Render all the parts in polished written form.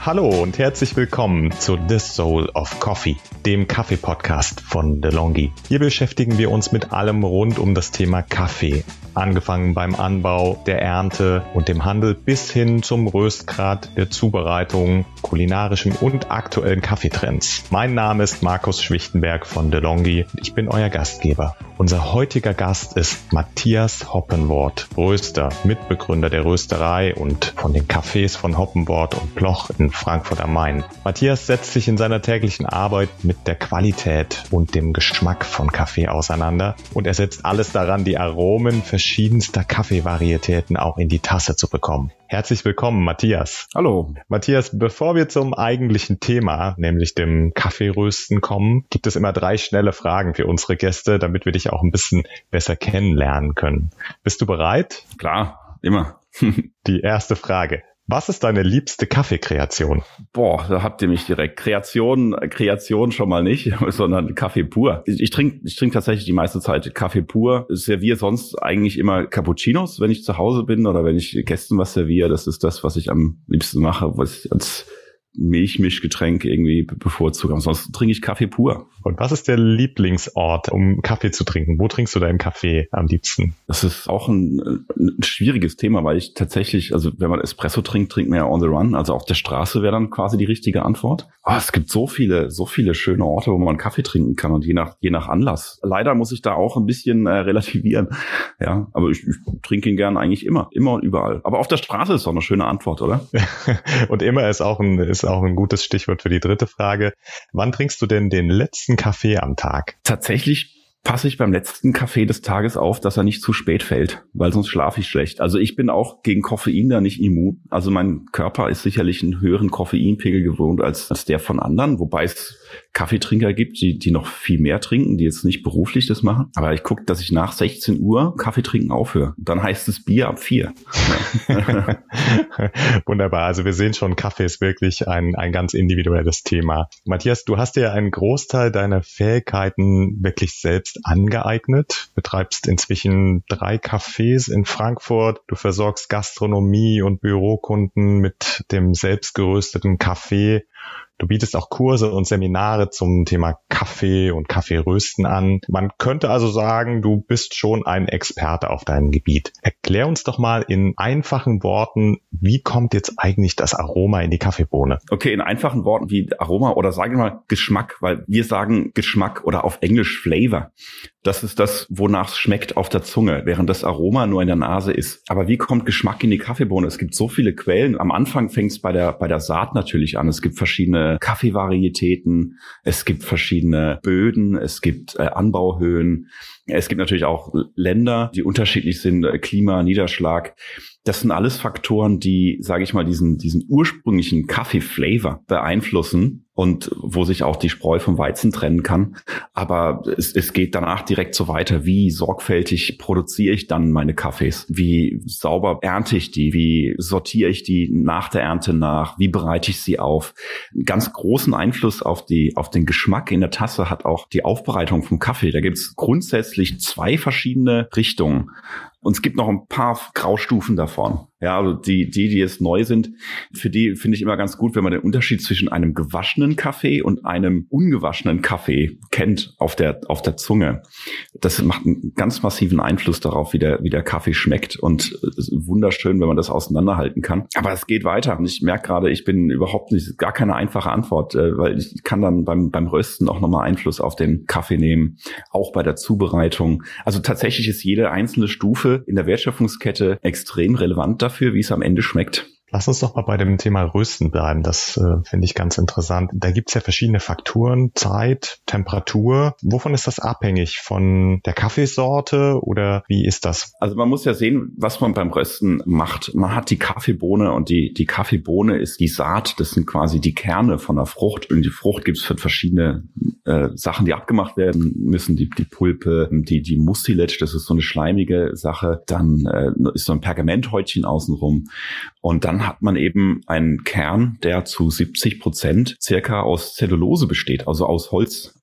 Hallo und herzlich willkommen zu The Soul of Coffee, dem Kaffee-Podcast von DeLonghi. Hier beschäftigen wir uns mit allem rund um das Thema Kaffee. Angefangen beim Anbau, der Ernte und dem Handel bis hin zum Röstgrad, der Zubereitung, kulinarischen und aktuellen Kaffeetrends. Mein Name ist Markus Schwichtenberg von DeLonghi und ich bin euer Gastgeber. Unser heutiger Gast ist Matthias Hoppenwort, Röster, Mitbegründer der Rösterei und von den Cafés von Hoppenwort und Bloch in Frankfurt am Main. Matthias setzt sich in seiner täglichen Arbeit mit der Qualität und dem Geschmack von Kaffee auseinander und er setzt alles daran, die Aromen verschiedenster Kaffeevarietäten auch in die Tasse zu bekommen. Herzlich willkommen, Matthias. Hallo. Matthias, bevor wir zum eigentlichen Thema, nämlich dem Kaffeerösten kommen, gibt es immer 3 schnelle Fragen für unsere Gäste, damit wir dich auch ein bisschen besser kennenlernen können. Bist du bereit? Klar, immer. Die erste Frage. Was ist deine liebste Kaffeekreation? Boah, da habt ihr mich direkt. Kreation schon mal nicht, sondern Kaffee pur. Ich trinke tatsächlich die meiste Zeit Kaffee pur. Ich serviere sonst eigentlich immer Cappuccinos, wenn ich zu Hause bin oder wenn ich Gästen was serviere. Das ist das, was ich am liebsten mache, was ich als Milchmischgetränk irgendwie bevorzuge. Ansonsten trinke ich Kaffee pur. Und was ist der Lieblingsort, um Kaffee zu trinken? Wo trinkst du deinen Kaffee am liebsten? Das ist auch ein schwieriges Thema, weil ich tatsächlich, also wenn man Espresso trinkt man ja on the run. Also auf der Straße wäre dann quasi die richtige Antwort. Aber es gibt so viele schöne Orte, wo man Kaffee trinken kann und je nach Anlass. Leider muss ich da auch ein bisschen relativieren. Ja, aber ich trinke ihn gern eigentlich immer und überall. Aber auf der Straße ist doch eine schöne Antwort, oder? Und immer ist auch ein gutes Stichwort für die dritte Frage. Wann trinkst du denn den letzten Kaffee am Tag? Tatsächlich passe ich beim letzten Kaffee des Tages auf, dass er nicht zu spät fällt, weil sonst schlafe ich schlecht. Also ich bin auch gegen Koffein da nicht immun. Also mein Körper ist sicherlich einen höheren Koffeinpegel gewohnt als der von anderen, wobei es Kaffeetrinker gibt, die noch viel mehr trinken, die jetzt nicht beruflich das machen. Aber ich gucke, dass ich nach 16 Uhr Kaffee trinken aufhöre. Dann heißt es Bier ab 4. Wunderbar. Also wir sehen schon, Kaffee ist wirklich ein ganz individuelles Thema. Matthias, du hast dir einen Großteil deiner Fähigkeiten wirklich selbst angeeignet, betreibst inzwischen 3 Cafés in Frankfurt, du versorgst Gastronomie und Bürokunden mit dem selbstgerösteten Kaffee. Du bietest auch Kurse und Seminare zum Thema Kaffee und Kaffeerösten an. Man könnte also sagen, du bist schon ein Experte auf deinem Gebiet. Erklär uns doch mal in einfachen Worten, wie kommt jetzt eigentlich das Aroma in die Kaffeebohne? Okay, in einfachen Worten wie Aroma oder sagen wir mal Geschmack, weil wir sagen Geschmack oder auf Englisch Flavor. Das ist das, wonach es schmeckt auf der Zunge, während das Aroma nur in der Nase ist. Aber wie kommt Geschmack in die Kaffeebohne? Es gibt so viele Quellen. Am Anfang fängt es bei der Saat natürlich an. Es gibt verschiedene Kaffeevarietäten, es gibt verschiedene Böden, es gibt Anbauhöhen. Es gibt natürlich auch Länder, die unterschiedlich sind, Klima, Niederschlag. Das sind alles Faktoren, die, sage ich mal, diesen ursprünglichen Kaffee-Flavor beeinflussen und wo sich auch die Spreu vom Weizen trennen kann. Aber es geht danach direkt so weiter. Wie sorgfältig produziere ich dann meine Kaffees? Wie sauber ernte ich die? Wie sortiere ich die nach der Ernte nach? Wie bereite ich sie auf? Einen ganz großen Einfluss auf den Geschmack in der Tasse hat auch die Aufbereitung vom Kaffee. Da gibt es grundsätzlich 2 verschiedene Richtungen. Und es gibt noch ein paar Graustufen davon. Ja, also die jetzt neu sind, für die finde ich immer ganz gut, wenn man den Unterschied zwischen einem gewaschenen Kaffee und einem ungewaschenen Kaffee kennt auf der Zunge. Das macht einen ganz massiven Einfluss darauf, wie der Kaffee schmeckt. Und es ist wunderschön, wenn man das auseinanderhalten kann. Aber es geht weiter. Und ich merke gerade, ich bin gar keine einfache Antwort, weil ich kann dann beim Rösten auch nochmal Einfluss auf den Kaffee nehmen, auch bei der Zubereitung. Also tatsächlich ist jede einzelne Stufe in der Wertschöpfungskette extrem relevant dafür, wie es am Ende schmeckt. Lass uns doch mal bei dem Thema Rösten bleiben. Das finde ich ganz interessant. Da gibt es ja verschiedene Faktoren, Zeit, Temperatur. Wovon ist das abhängig? Von der Kaffeesorte oder wie ist das? Also man muss ja sehen, was man beim Rösten macht. Man hat die Kaffeebohne und die Kaffeebohne ist die Saat. Das sind quasi die Kerne von der Frucht. Und die Frucht gibt es für verschiedene Sachen, die abgemacht werden müssen. Die Pulpe, die Mucilage, das ist so eine schleimige Sache. Dann ist so ein Pergamenthäutchen außenrum. Und dann hat man eben einen Kern, der zu 70% circa aus Zellulose besteht, also aus Holz.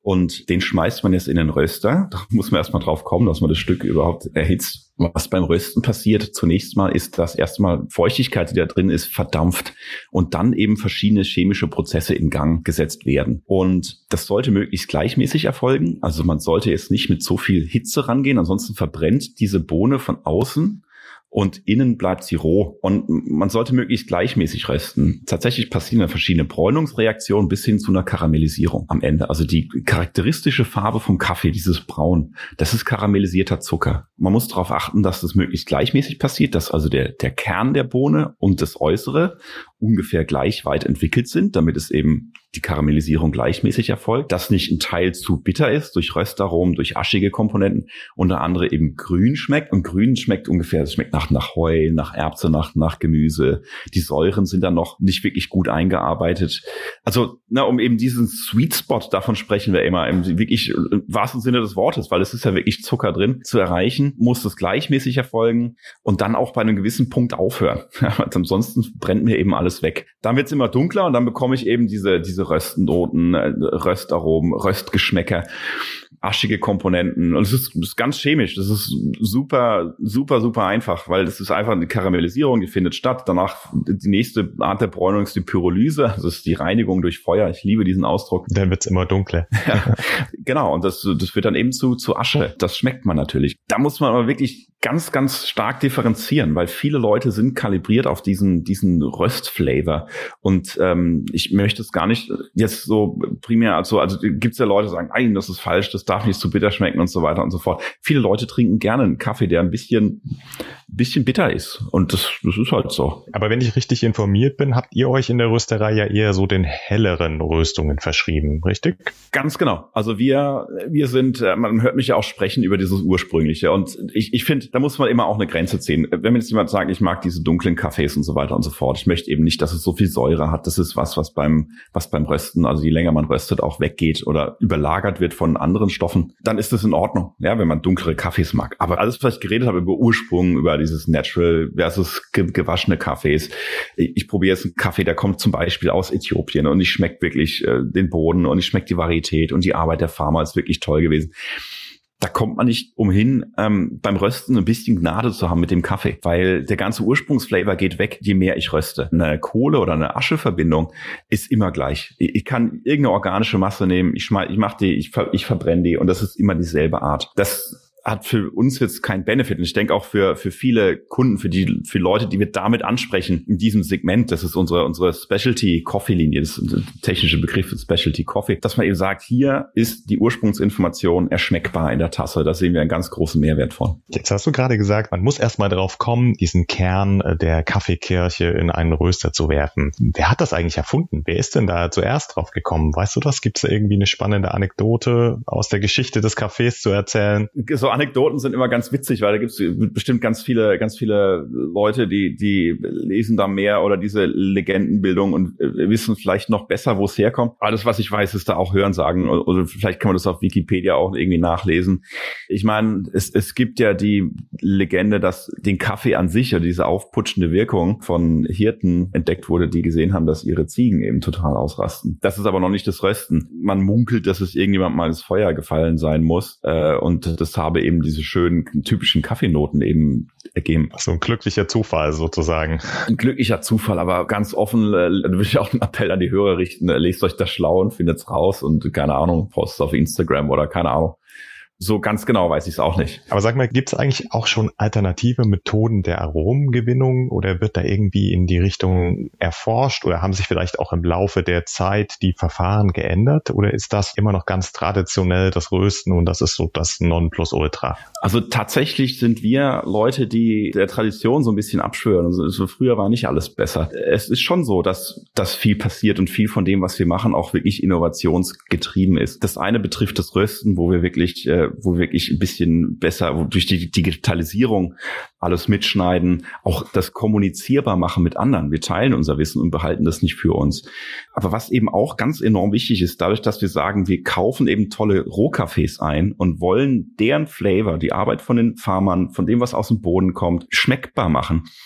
Und den schmeißt man jetzt in den Röster. Da muss man erstmal drauf kommen, dass man das Stück überhaupt erhitzt. Was beim Rösten passiert, zunächst mal ist, dass erstmal Feuchtigkeit, die da drin ist, verdampft und dann eben verschiedene chemische Prozesse in Gang gesetzt werden. Und das sollte möglichst gleichmäßig erfolgen. Also man sollte jetzt nicht mit so viel Hitze rangehen, ansonsten verbrennt diese Bohne von außen und innen bleibt sie roh. Und man sollte möglichst gleichmäßig rösten. Tatsächlich passieren dann verschiedene Bräunungsreaktionen bis hin zu einer Karamellisierung am Ende. Also die charakteristische Farbe vom Kaffee, dieses Braun, das ist karamellisierter Zucker. Man muss darauf achten, dass das möglichst gleichmäßig passiert, dass also der Kern der Bohne und das Äußere ungefähr gleich weit entwickelt sind, damit es eben die Karamellisierung gleichmäßig erfolgt, dass nicht ein Teil zu bitter ist durch Röstaromen, durch aschige Komponenten und der andere eben grün schmeckt. Und grün schmeckt ungefähr, es schmeckt nach Heu, nach Erbse, nach Gemüse. Die Säuren sind dann noch nicht wirklich gut eingearbeitet. Also, um eben diesen Sweet Spot, davon sprechen wir immer, wirklich im wahrsten Sinne des Wortes, weil es ist ja wirklich Zucker drin, zu erreichen, muss es gleichmäßig erfolgen und dann auch bei einem gewissen Punkt aufhören. Ansonsten brennt mir eben alles weg. Dann wird es immer dunkler und dann bekomme ich eben diese Röstnoten, Röstaromen, Röstgeschmäcker, aschige Komponenten. Und es ist ganz chemisch. Das ist super, super, super einfach, weil das ist einfach eine Karamellisierung, die findet statt. Danach die nächste Art der Bräunung ist die Pyrolyse. Das ist die Reinigung durch Feuer. Ich liebe diesen Ausdruck. Dann wird's immer dunkler. Ja, genau. Und das wird dann eben zu Asche. Das schmeckt man natürlich. Da muss man aber wirklich ganz, ganz stark differenzieren, weil viele Leute sind kalibriert auf diesen Röstflavor. Und ich möchte es gar nicht jetzt so primär, also gibt's ja Leute, die sagen, nein, das ist falsch, das darf nicht zu bitter schmecken und so weiter und so fort. Viele Leute trinken gerne einen Kaffee, der ein bisschen bitter ist. Und das ist halt so. Aber wenn ich richtig informiert bin, habt ihr euch in der Rösterei ja eher so den helleren Röstungen verschrieben, richtig? Ganz genau. Also wir sind, man hört mich ja auch sprechen über dieses Ursprüngliche. Und ich finde, da muss man immer auch eine Grenze ziehen. Wenn mir jetzt jemand sagt, ich mag diese dunklen Kaffees und so weiter und so fort, ich möchte eben nicht, dass es so viel Säure hat. Das ist was beim Rösten, also je länger man röstet, auch weggeht oder überlagert wird von anderen Stoffen, dann ist das in Ordnung, ja, wenn man dunklere Kaffees mag. Aber alles, was ich geredet habe über Ursprung, über dieses Natural versus gewaschene Kaffees. Ich probiere jetzt einen Kaffee, der kommt zum Beispiel aus Äthiopien und ich schmecke wirklich den Boden und ich schmecke die Varietät und die Arbeit der Farmer ist wirklich toll gewesen. Da kommt man nicht umhin, beim Rösten ein bisschen Gnade zu haben mit dem Kaffee, weil der ganze Ursprungsflavor geht weg, je mehr ich röste. Eine Kohle- oder eine Ascheverbindung ist immer gleich. Ich kann irgendeine organische Masse nehmen, ich verbrenne die und das ist immer dieselbe Art. Das hat für uns jetzt kein Benefit. Und ich denke auch für viele Kunden, für Leute, die wir damit ansprechen in diesem Segment, das ist unsere Specialty-Coffee-Linie, das ist der technische Begriff für Specialty Coffee, dass man eben sagt, hier ist die Ursprungsinformation erschmeckbar in der Tasse. Da sehen wir einen ganz großen Mehrwert von. Jetzt hast du gerade gesagt, man muss erstmal drauf kommen, diesen Kern der Kaffeekirche in einen Röster zu werfen. Wer hat das eigentlich erfunden? Wer ist denn da zuerst drauf gekommen? Weißt du das? Gibt es da irgendwie eine spannende Anekdote aus der Geschichte des Kaffees zu erzählen? So Anekdoten sind immer ganz witzig, weil da gibt es bestimmt ganz viele Leute, die lesen da mehr oder diese Legendenbildung und wissen vielleicht noch besser, wo es herkommt. Alles, was ich weiß, ist da auch Hörensagen oder vielleicht kann man das auf Wikipedia auch irgendwie nachlesen. Ich meine, es gibt ja die Legende, dass den Kaffee an sich oder diese aufputschende Wirkung von Hirten entdeckt wurde, die gesehen haben, dass ihre Ziegen eben total ausrasten. Das ist aber noch nicht das Rösten. Man munkelt, dass es irgendjemand mal ins Feuer gefallen sein muss und das habe eben diese schönen, typischen Kaffeenoten eben ergeben. So ein glücklicher Zufall sozusagen. Ein glücklicher Zufall, aber ganz offen würde ich auch einen Appell an die Hörer richten, lest euch das schlau und findet's raus und keine Ahnung, postet auf Instagram oder keine Ahnung. So ganz genau weiß ich es auch nicht. Aber sag mal, gibt es eigentlich auch schon alternative Methoden der Aromengewinnung oder wird da irgendwie in die Richtung erforscht oder haben sich vielleicht auch im Laufe der Zeit die Verfahren geändert oder ist das immer noch ganz traditionell das Rösten und das ist so das Nonplusultra? Also tatsächlich sind wir Leute, die der Tradition so ein bisschen abschwören. Also früher war nicht alles besser. Es ist schon so, dass viel passiert und viel von dem, was wir machen, auch wirklich innovationsgetrieben ist. Das eine betrifft das Rösten, wo wir wirklich ein bisschen besser durch die Digitalisierung alles mitschneiden, auch das kommunizierbar machen mit anderen. Wir teilen unser Wissen und behalten das nicht für uns. Aber was eben auch ganz enorm wichtig ist, dadurch, dass wir sagen, wir kaufen eben tolle Rohkaffees ein und wollen deren Flavor, die Arbeit von den Farmern, von dem, was aus dem Boden kommt, schmeckbar machen,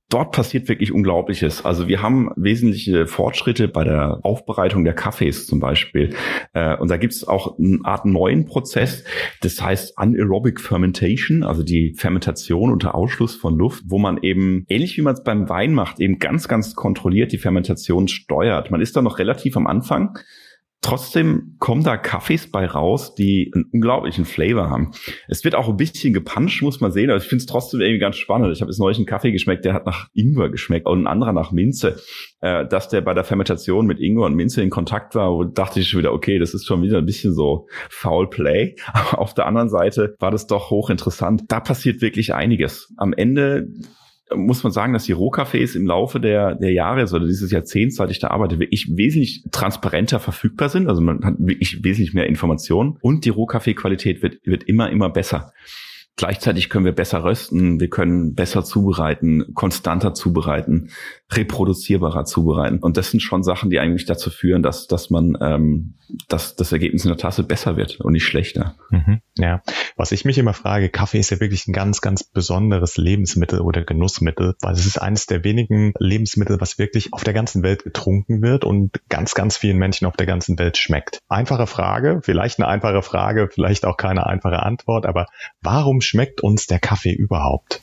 dort passiert wirklich Unglaubliches. Also wir haben wesentliche Fortschritte bei der Aufbereitung der Kaffees zum Beispiel. Und da gibt es auch eine Art neuen Prozess, das heißt Anaerobic Fermentation, also die Fermentation unter Ausschluss von Luft, wo man eben, ähnlich wie man es beim Wein macht, eben ganz, ganz kontrolliert die Fermentation steuert. Man ist da noch relativ am Anfang. Trotzdem kommen da Kaffees bei raus, die einen unglaublichen Flavor haben. Es wird auch ein bisschen gepanscht, muss man sehen, aber ich finde es trotzdem irgendwie ganz spannend. Ich habe jetzt neulich einen Kaffee geschmeckt, der hat nach Ingwer geschmeckt und ein anderer nach Minze. Dass der bei der Fermentation mit Ingwer und Minze in Kontakt war, dachte ich schon wieder, okay, das ist schon wieder ein bisschen so Foul Play. Aber auf der anderen Seite war das doch hochinteressant. Da passiert wirklich einiges. Am Ende muss man sagen, dass die Rohkaffees im Laufe der Jahre oder dieses Jahrzehnts, seit ich da arbeite, wirklich wesentlich transparenter verfügbar sind. Also man hat wirklich wesentlich mehr Informationen und die Rohkaffeequalität wird immer besser. Gleichzeitig können wir besser rösten, wir können besser zubereiten, konstanter zubereiten, reproduzierbarer zubereiten. Und das sind schon Sachen, die eigentlich dazu führen, dass das Ergebnis in der Tasse besser wird und nicht schlechter. Mhm, ja, was ich mich immer frage, Kaffee ist ja wirklich ein ganz, ganz besonderes Lebensmittel oder Genussmittel, weil es ist eines der wenigen Lebensmittel, was wirklich auf der ganzen Welt getrunken wird und ganz, ganz vielen Menschen auf der ganzen Welt schmeckt. Einfache Frage, vielleicht eine einfache Frage, vielleicht auch keine einfache Antwort, aber warum schmeckt uns der Kaffee überhaupt?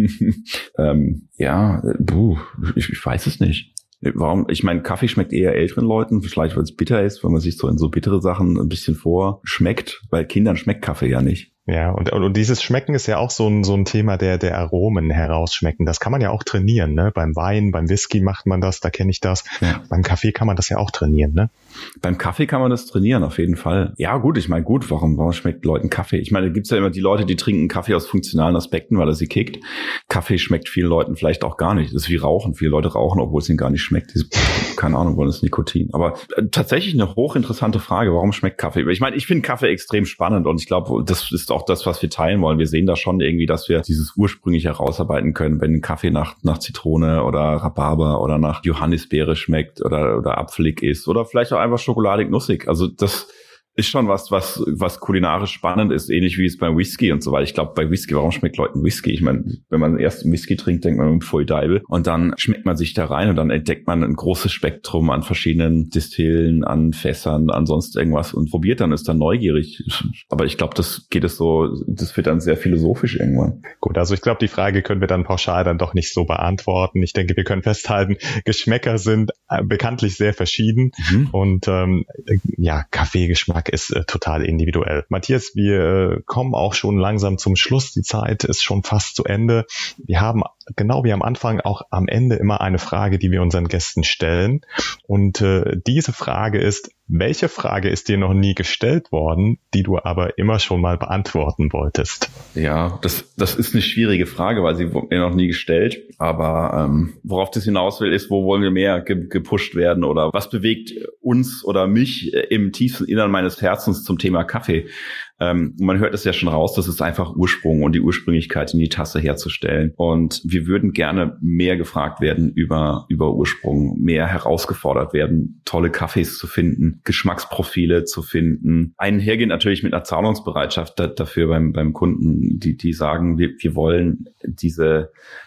Ich weiß es nicht. Warum? Ich meine, Kaffee schmeckt eher älteren Leuten, vielleicht weil es bitter ist, weil man sich so in so bittere Sachen ein bisschen vorschmeckt, weil Kindern schmeckt Kaffee ja nicht. Ja, und dieses Schmecken ist ja auch so ein Thema der Aromen herausschmecken. Das kann man ja auch trainieren, ne? Beim Wein, beim Whisky macht man das, da kenne ich das. Ja. Beim Kaffee kann man das ja auch trainieren, ne? Beim Kaffee kann man das trainieren, auf jeden Fall. Ja, gut, ich meine, warum schmeckt Leuten Kaffee? Ich meine, da gibt's ja immer die Leute, die trinken Kaffee aus funktionalen Aspekten, weil er sie kickt. Kaffee schmeckt vielen Leuten vielleicht auch gar nicht. Das ist wie Rauchen. Viele Leute rauchen, obwohl es ihnen gar nicht schmeckt. Keine Ahnung, wollen das Nikotin. Aber tatsächlich eine hochinteressante Frage, warum schmeckt Kaffee? Ich meine, ich finde Kaffee extrem spannend und ich glaube, das ist auch das, was wir teilen wollen. Wir sehen da schon irgendwie, dass wir dieses ursprünglich herausarbeiten können, wenn ein Kaffee nach Zitrone oder Rhabarber oder nach Johannisbeere schmeckt oder apfelig ist oder vielleicht auch einfach schokoladig-nussig. Also das ist schon was kulinarisch spannend ist, ähnlich wie es bei Whisky und so weiter. Ich glaube, bei Whisky, warum schmeckt Leuten Whisky? Ich meine, wenn man erst einen Whisky trinkt, denkt man Pfui Deibel und dann schmeckt man sich da rein und dann entdeckt man ein großes Spektrum an verschiedenen Distillen, an Fässern, an sonst irgendwas und probiert dann, ist dann neugierig. Aber ich glaube, das wird dann sehr philosophisch irgendwann. Gut, also ich glaube, die Frage können wir dann pauschal dann doch nicht so beantworten. Ich denke, wir können festhalten, Geschmäcker sind bekanntlich sehr verschieden und Kaffeegeschmack ist total individuell. Matthias, wir kommen auch schon langsam zum Schluss. Die Zeit ist schon fast zu Ende. Wir haben genau wie am Anfang auch am Ende immer eine Frage, die wir unseren Gästen stellen. Und diese Frage ist, welche Frage ist dir noch nie gestellt worden, die du aber immer schon mal beantworten wolltest? Ja, das ist eine schwierige Frage, weil sie wurde mir noch nie gestellt. Aber worauf das hinaus will, ist, wo wollen wir mehr gepusht werden oder was bewegt uns oder mich im tiefsten Innern meines Herzens zum Thema Kaffee? Man hört es ja schon raus, das ist einfach Ursprung und die Ursprünglichkeit in die Tasse herzustellen. Und wir würden gerne mehr gefragt werden über Ursprung, mehr herausgefordert werden, tolle Kaffees zu finden, Geschmacksprofile zu finden. Einhergehend natürlich mit einer Zahlungsbereitschaft dafür beim Kunden, die sagen, wir wollen diese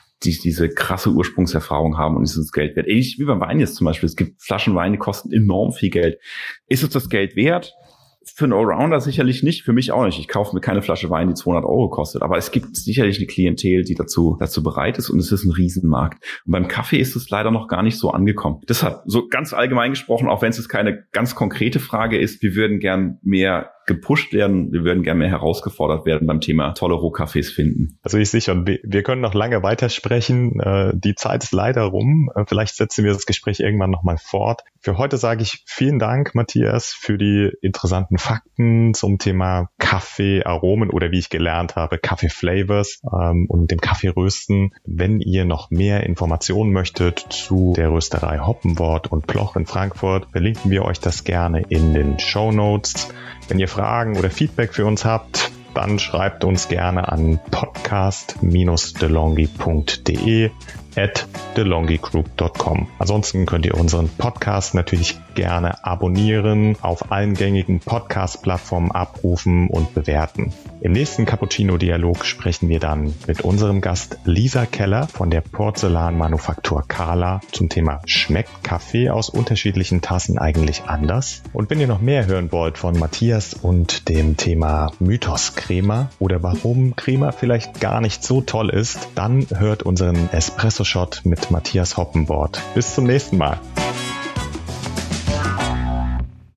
krasse Ursprungserfahrung haben und ist uns Geld wert. Ähnlich wie beim Wein jetzt zum Beispiel. Es gibt Flaschen Wein, die kosten enorm viel Geld. Ist uns das Geld wert? Für einen Allrounder sicherlich nicht, für mich auch nicht. Ich kaufe mir keine Flasche Wein, die 200 € kostet. Aber es gibt sicherlich eine Klientel, die dazu bereit ist und es ist ein Riesenmarkt. Und beim Kaffee ist es leider noch gar nicht so angekommen. Deshalb, so ganz allgemein gesprochen, auch wenn es jetzt keine ganz konkrete Frage ist, wir würden gern mehr gepusht werden, wir würden gerne mehr herausgefordert werden beim Thema tolle Rohkaffees finden. Also ich sehe schon, wir können noch lange weitersprechen. Die Zeit ist leider rum. Vielleicht setzen wir das Gespräch irgendwann nochmal fort. Für heute sage ich vielen Dank, Matthias, für die interessanten Fakten zum Thema Kaffeearomen oder wie ich gelernt habe, Kaffee-Flavors und dem Kaffeerösten. Wenn ihr noch mehr Informationen möchtet zu der Rösterei Hoppenwort und Ploch in Frankfurt, verlinken wir euch das gerne in den Shownotes. Wenn ihr Fragen oder Feedback für uns habt, dann schreibt uns gerne an podcast-delonghi.de thelongigroup.com. Ansonsten könnt ihr unseren Podcast natürlich gerne abonnieren, auf allen gängigen Podcast-Plattformen abrufen und bewerten. Im nächsten Cappuccino-Dialog sprechen wir dann mit unserem Gast Lisa Keller von der Porzellanmanufaktur Carla zum Thema: Schmeckt Kaffee aus unterschiedlichen Tassen eigentlich anders? Und wenn ihr noch mehr hören wollt von Matthias und dem Thema Mythos Crema oder warum Crema vielleicht gar nicht so toll ist, dann hört unseren Espresso-Shot mit Matthias Hoppenbord. Bis zum nächsten Mal.